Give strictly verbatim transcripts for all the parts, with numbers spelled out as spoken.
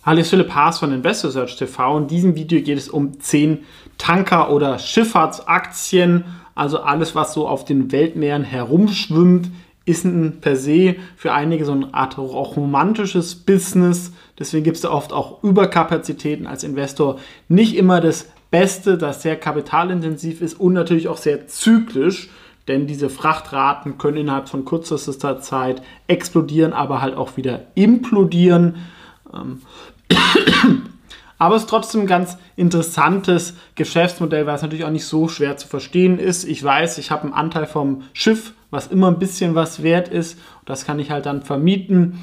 Hallo, ich bin Philipp Haas von Investor Search T V. In diesem Video geht es um zehn Tanker- oder Schifffahrtsaktien. Also alles, was so auf den Weltmeeren herumschwimmt, ist ein per se für einige so eine Art auch romantisches Business. Deswegen gibt es da oft auch Überkapazitäten als Investor. Nicht immer das Beste, das sehr kapitalintensiv ist und natürlich auch sehr zyklisch. Denn diese Frachtraten können innerhalb von kürzester Zeit explodieren, aber halt auch wieder implodieren. Aber es ist trotzdem ein ganz interessantes Geschäftsmodell, weil es natürlich auch nicht so schwer zu verstehen ist. Ich weiß, ich habe einen Anteil vom Schiff, was immer ein bisschen was wert ist. Das kann ich halt dann vermieten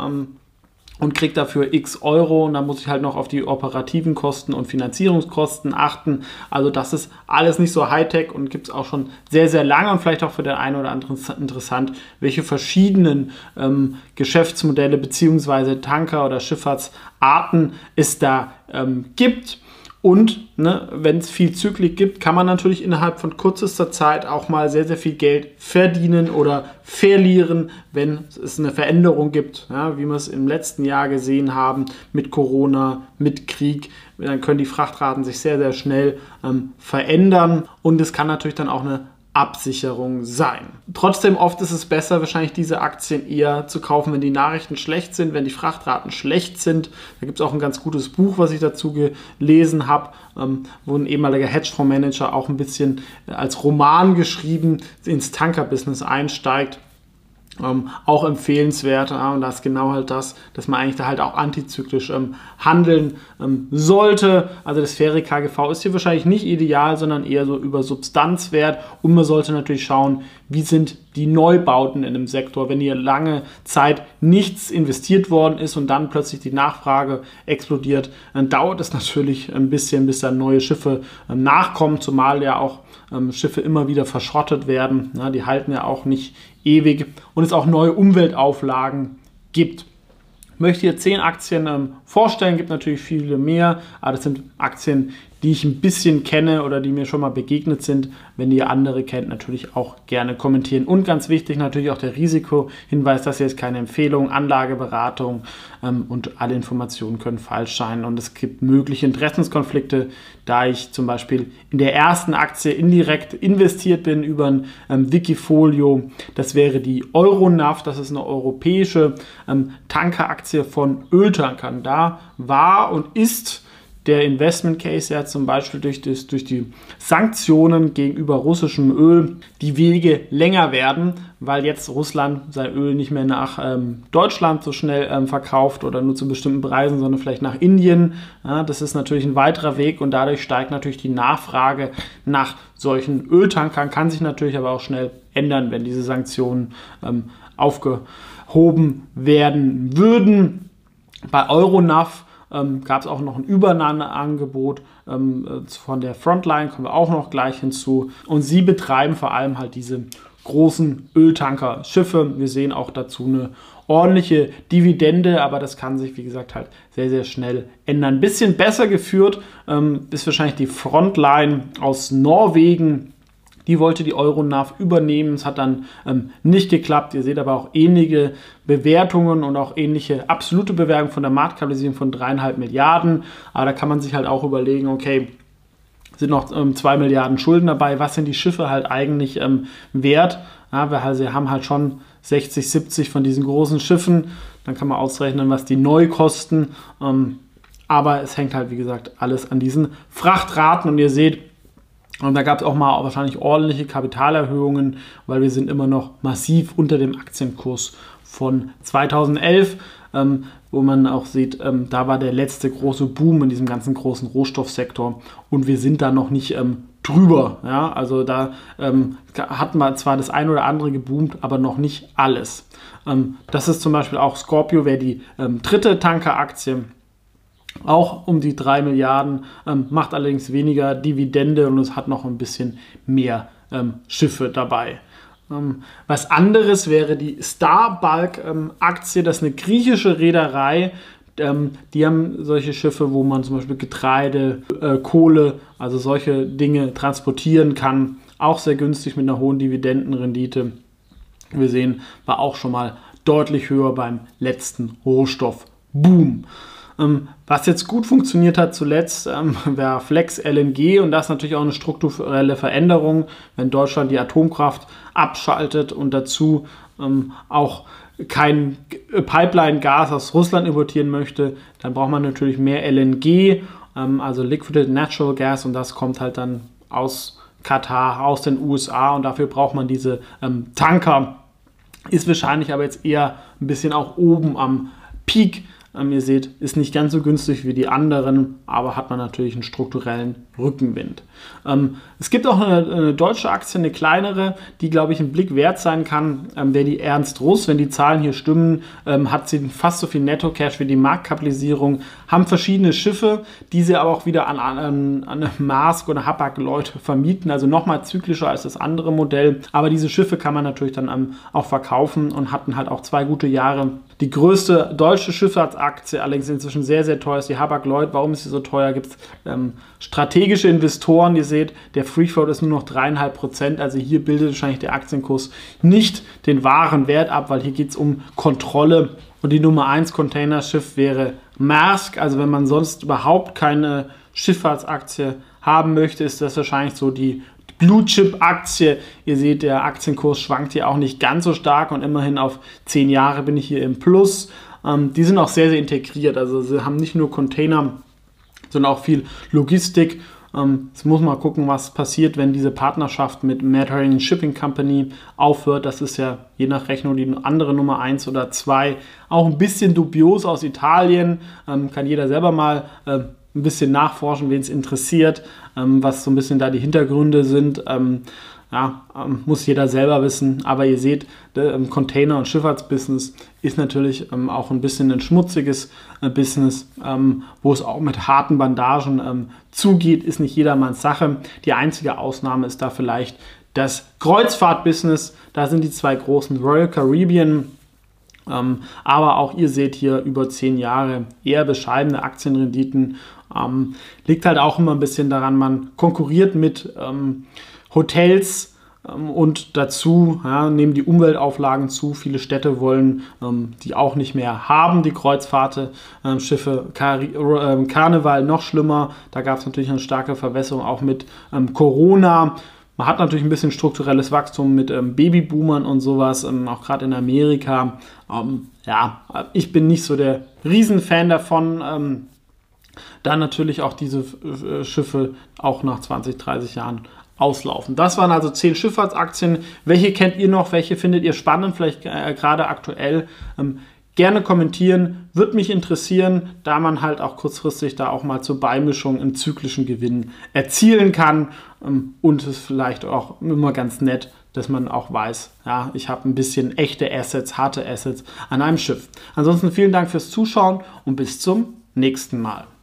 und kriege dafür x Euro. Und dann muss ich halt noch auf die operativen Kosten und Finanzierungskosten achten. Also das ist alles nicht so Hightech und gibt es auch schon sehr, sehr lange und vielleicht auch für den einen oder anderen interessant, welche verschiedenen ähm, Geschäftsmodelle bzw. Tanker- oder Schifffahrtsarten es da ähm, gibt. Und ne, wenn es viel Zyklik gibt, kann man natürlich innerhalb von kürzester Zeit auch mal sehr, sehr viel Geld verdienen oder verlieren, wenn es eine Veränderung gibt, ja, wie wir es im letzten Jahr gesehen haben mit Corona, mit Krieg. Dann können die Frachtraten sich sehr, sehr schnell ähm, verändern und es kann natürlich dann auch eine Absicherung sein. Trotzdem oft ist es besser, wahrscheinlich diese Aktien eher zu kaufen, wenn die Nachrichten schlecht sind, wenn die Frachtraten schlecht sind. Da gibt es auch ein ganz gutes Buch, was ich dazu gelesen habe, ähm, wo ein ehemaliger Hedgefondsmanager auch ein bisschen als Roman geschrieben ins Tanker-Business einsteigt. Ähm, auch empfehlenswert, ja, und das ist genau halt das, dass man eigentlich da halt auch antizyklisch ähm, handeln ähm, sollte. Also das faire K G V ist hier wahrscheinlich nicht ideal, sondern eher so über Substanzwert und man sollte natürlich schauen, wie sind die Neubauten in dem Sektor. Wenn hier lange Zeit nichts investiert worden ist und dann plötzlich die Nachfrage explodiert, dann dauert es natürlich ein bisschen, bis dann neue Schiffe ähm, nachkommen, zumal ja auch ähm, Schiffe immer wieder verschrottet werden. Ja, die halten ja auch nicht ewig und es auch neue Umweltauflagen gibt. Ich möchte hier zehn Aktien ähm, vorstellen, gibt natürlich viele mehr, aber das sind Aktien, die ich ein bisschen kenne oder die mir schon mal begegnet sind. Wenn ihr andere kennt, natürlich auch gerne kommentieren. Und ganz wichtig natürlich auch der Risikohinweis, das hier ist keine Empfehlung, Anlageberatung ähm, und alle Informationen können falsch sein. Und es gibt mögliche Interessenskonflikte, da ich zum Beispiel in der ersten Aktie indirekt investiert bin über ein ähm, Wikifolio. Das wäre die Euronav, das ist eine europäische ähm, Tankeraktie von Öltankern. Da war und ist der Investment Case ja zum Beispiel durch, das, durch die Sanktionen gegenüber russischem Öl die Wege länger werden, weil jetzt Russland sein Öl nicht mehr nach ähm, Deutschland so schnell ähm, verkauft oder nur zu bestimmten Preisen, sondern vielleicht nach Indien. Ja, das ist natürlich ein weiterer Weg und dadurch steigt natürlich die Nachfrage nach solchen Öltankern, kann sich natürlich aber auch schnell ändern, wenn diese Sanktionen ähm, aufgehoben werden würden. Bei Euronav Ähm, gab es auch noch ein Übernahmeangebot ähm, von der Frontline, kommen wir auch noch gleich hinzu. Und sie betreiben vor allem halt diese großen Öltanker-Schiffe. Wir sehen auch dazu eine ordentliche Dividende, aber das kann sich, wie gesagt, halt sehr, sehr schnell ändern. Ein bisschen besser geführt ähm, ist wahrscheinlich die Frontline aus Norwegen. Die wollte die Euronav übernehmen. Es hat dann ähm, nicht geklappt. Ihr seht aber auch ähnliche Bewertungen und auch ähnliche absolute Bewertungen von der Marktkapitalisierung von dreieinhalb Milliarden. Aber da kann man sich halt auch überlegen, okay, sind noch ähm, zwei Milliarden Schulden dabei. Was sind die Schiffe halt eigentlich ähm, wert? Ja, wir also haben halt schon sechzig, siebzig von diesen großen Schiffen. Dann kann man ausrechnen, was die neu kosten. Ähm, aber es hängt halt, wie gesagt, alles an diesen Frachtraten. Und ihr seht, und da gab es auch mal wahrscheinlich ordentliche Kapitalerhöhungen, weil wir sind immer noch massiv unter dem Aktienkurs von zweitausendelf, ähm, wo man auch sieht, ähm, da war der letzte große Boom in diesem ganzen großen Rohstoffsektor und wir sind da noch nicht ähm, drüber. Ja? Also da ähm, hat man zwar das ein oder andere geboomt, aber noch nicht alles. Ähm, das ist zum Beispiel auch Scorpio, wäre die ähm, dritte Tankeraktie. Auch um die drei Milliarden, ähm, macht allerdings weniger Dividende und es hat noch ein bisschen mehr ähm, Schiffe dabei. Ähm, was anderes wäre die Star Bulk ähm, Aktie, das ist eine griechische Reederei. Ähm, die haben solche Schiffe, wo man zum Beispiel Getreide, äh, Kohle, also solche Dinge transportieren kann. Auch sehr günstig mit einer hohen Dividendenrendite. Wir sehen, war auch schon mal deutlich höher beim letzten Rohstoffboom. Ähm, was jetzt gut funktioniert hat zuletzt, ähm, war Flex L N G, und das ist natürlich auch eine strukturelle Veränderung, wenn Deutschland die Atomkraft abschaltet und dazu ähm, auch kein Pipeline-Gas aus Russland importieren möchte, dann braucht man natürlich mehr L N G, ähm, also Liquid Natural Gas, und das kommt halt dann aus Katar, aus den U S A, und dafür braucht man diese ähm, Tanker. Ist wahrscheinlich aber jetzt eher ein bisschen auch oben am Peak. Ähm, ihr seht, ist nicht ganz so günstig wie die anderen, aber hat man natürlich einen strukturellen Rückenwind. Ähm, es gibt auch eine, eine deutsche Aktie, eine kleinere, die, glaube ich, einen Blick wert sein kann, ähm, wäre die Ernst Russ. Wenn die Zahlen hier stimmen, ähm, hat sie fast so viel Netto-Cash wie die Marktkapitalisierung, haben verschiedene Schiffe, die sie aber auch wieder an, an, an Maersk oder Hapag-Lloyd vermieten, also nochmal zyklischer als das andere Modell. Aber diese Schiffe kann man natürlich dann ähm, auch verkaufen und hatten halt auch zwei gute Jahre. Die größte deutsche Schifffahrtsaktie, allerdings inzwischen sehr, sehr teuer, ist die Hapag-Lloyd. Warum ist sie so teuer? Gibt es ähm, strategische Investoren. Ihr seht, der Free Float ist nur noch drei Komma fünf Prozent. Also hier bildet wahrscheinlich der Aktienkurs nicht den wahren Wert ab, weil hier geht es um Kontrolle. Und die Nummer eins Containerschiff wäre Maersk. Also wenn man sonst überhaupt keine Schifffahrtsaktie haben möchte, ist das wahrscheinlich so die Blue-Chip-Aktie. Ihr seht, der Aktienkurs schwankt hier auch nicht ganz so stark, und immerhin auf zehn Jahre bin ich hier im Plus. Ähm, die sind auch sehr, sehr integriert. Also sie haben nicht nur Container, sondern auch viel Logistik. Ähm, jetzt muss man gucken, was passiert, wenn diese Partnerschaft mit Mediterranean Shipping Company aufhört. Das ist ja je nach Rechnung die andere Nummer eins oder zwei. Auch ein bisschen dubios aus Italien. Ähm, kann jeder selber mal äh, ein bisschen nachforschen, wen es interessiert, ähm, was so ein bisschen da die Hintergründe sind. Ähm, ja, ähm, muss jeder selber wissen. Aber ihr seht, der ähm, Container- und Schifffahrtsbusiness ist natürlich ähm, auch ein bisschen ein schmutziges äh, Business, ähm, wo es auch mit harten Bandagen ähm, zugeht, ist nicht jedermanns Sache. Die einzige Ausnahme ist da vielleicht das Kreuzfahrt-Business. Da sind die zwei großen, Royal Caribbean, Ähm, aber auch ihr seht hier über zehn Jahre eher bescheidene Aktienrenditen. Ähm, liegt halt auch immer ein bisschen daran, man konkurriert mit ähm, Hotels ähm, und dazu ja, nehmen die Umweltauflagen zu. Viele Städte wollen ähm, die auch nicht mehr haben, die Kreuzfahrtschiffe. Kar äh, Karneval noch schlimmer, da gab es natürlich eine starke Verwässerung auch mit ähm, Corona. Man hat natürlich ein bisschen strukturelles Wachstum mit ähm, Babyboomern und sowas, ähm, auch gerade in Amerika. Ähm, ja, ich bin nicht so der Riesenfan davon. Ähm, dann natürlich auch diese äh, Schiffe auch nach zwanzig, dreißig Jahren auslaufen. Das waren also zehn Schifffahrtsaktien. Welche kennt ihr noch? Welche findet ihr spannend? Vielleicht äh, gerade aktuell? Ähm, Gerne kommentieren, würde mich interessieren, da man halt auch kurzfristig da auch mal zur Beimischung im zyklischen Gewinn erzielen kann, und es ist vielleicht auch immer ganz nett, dass man auch weiß, ja, ich habe ein bisschen echte Assets, harte Assets an einem Schiff. Ansonsten vielen Dank fürs Zuschauen und bis zum nächsten Mal.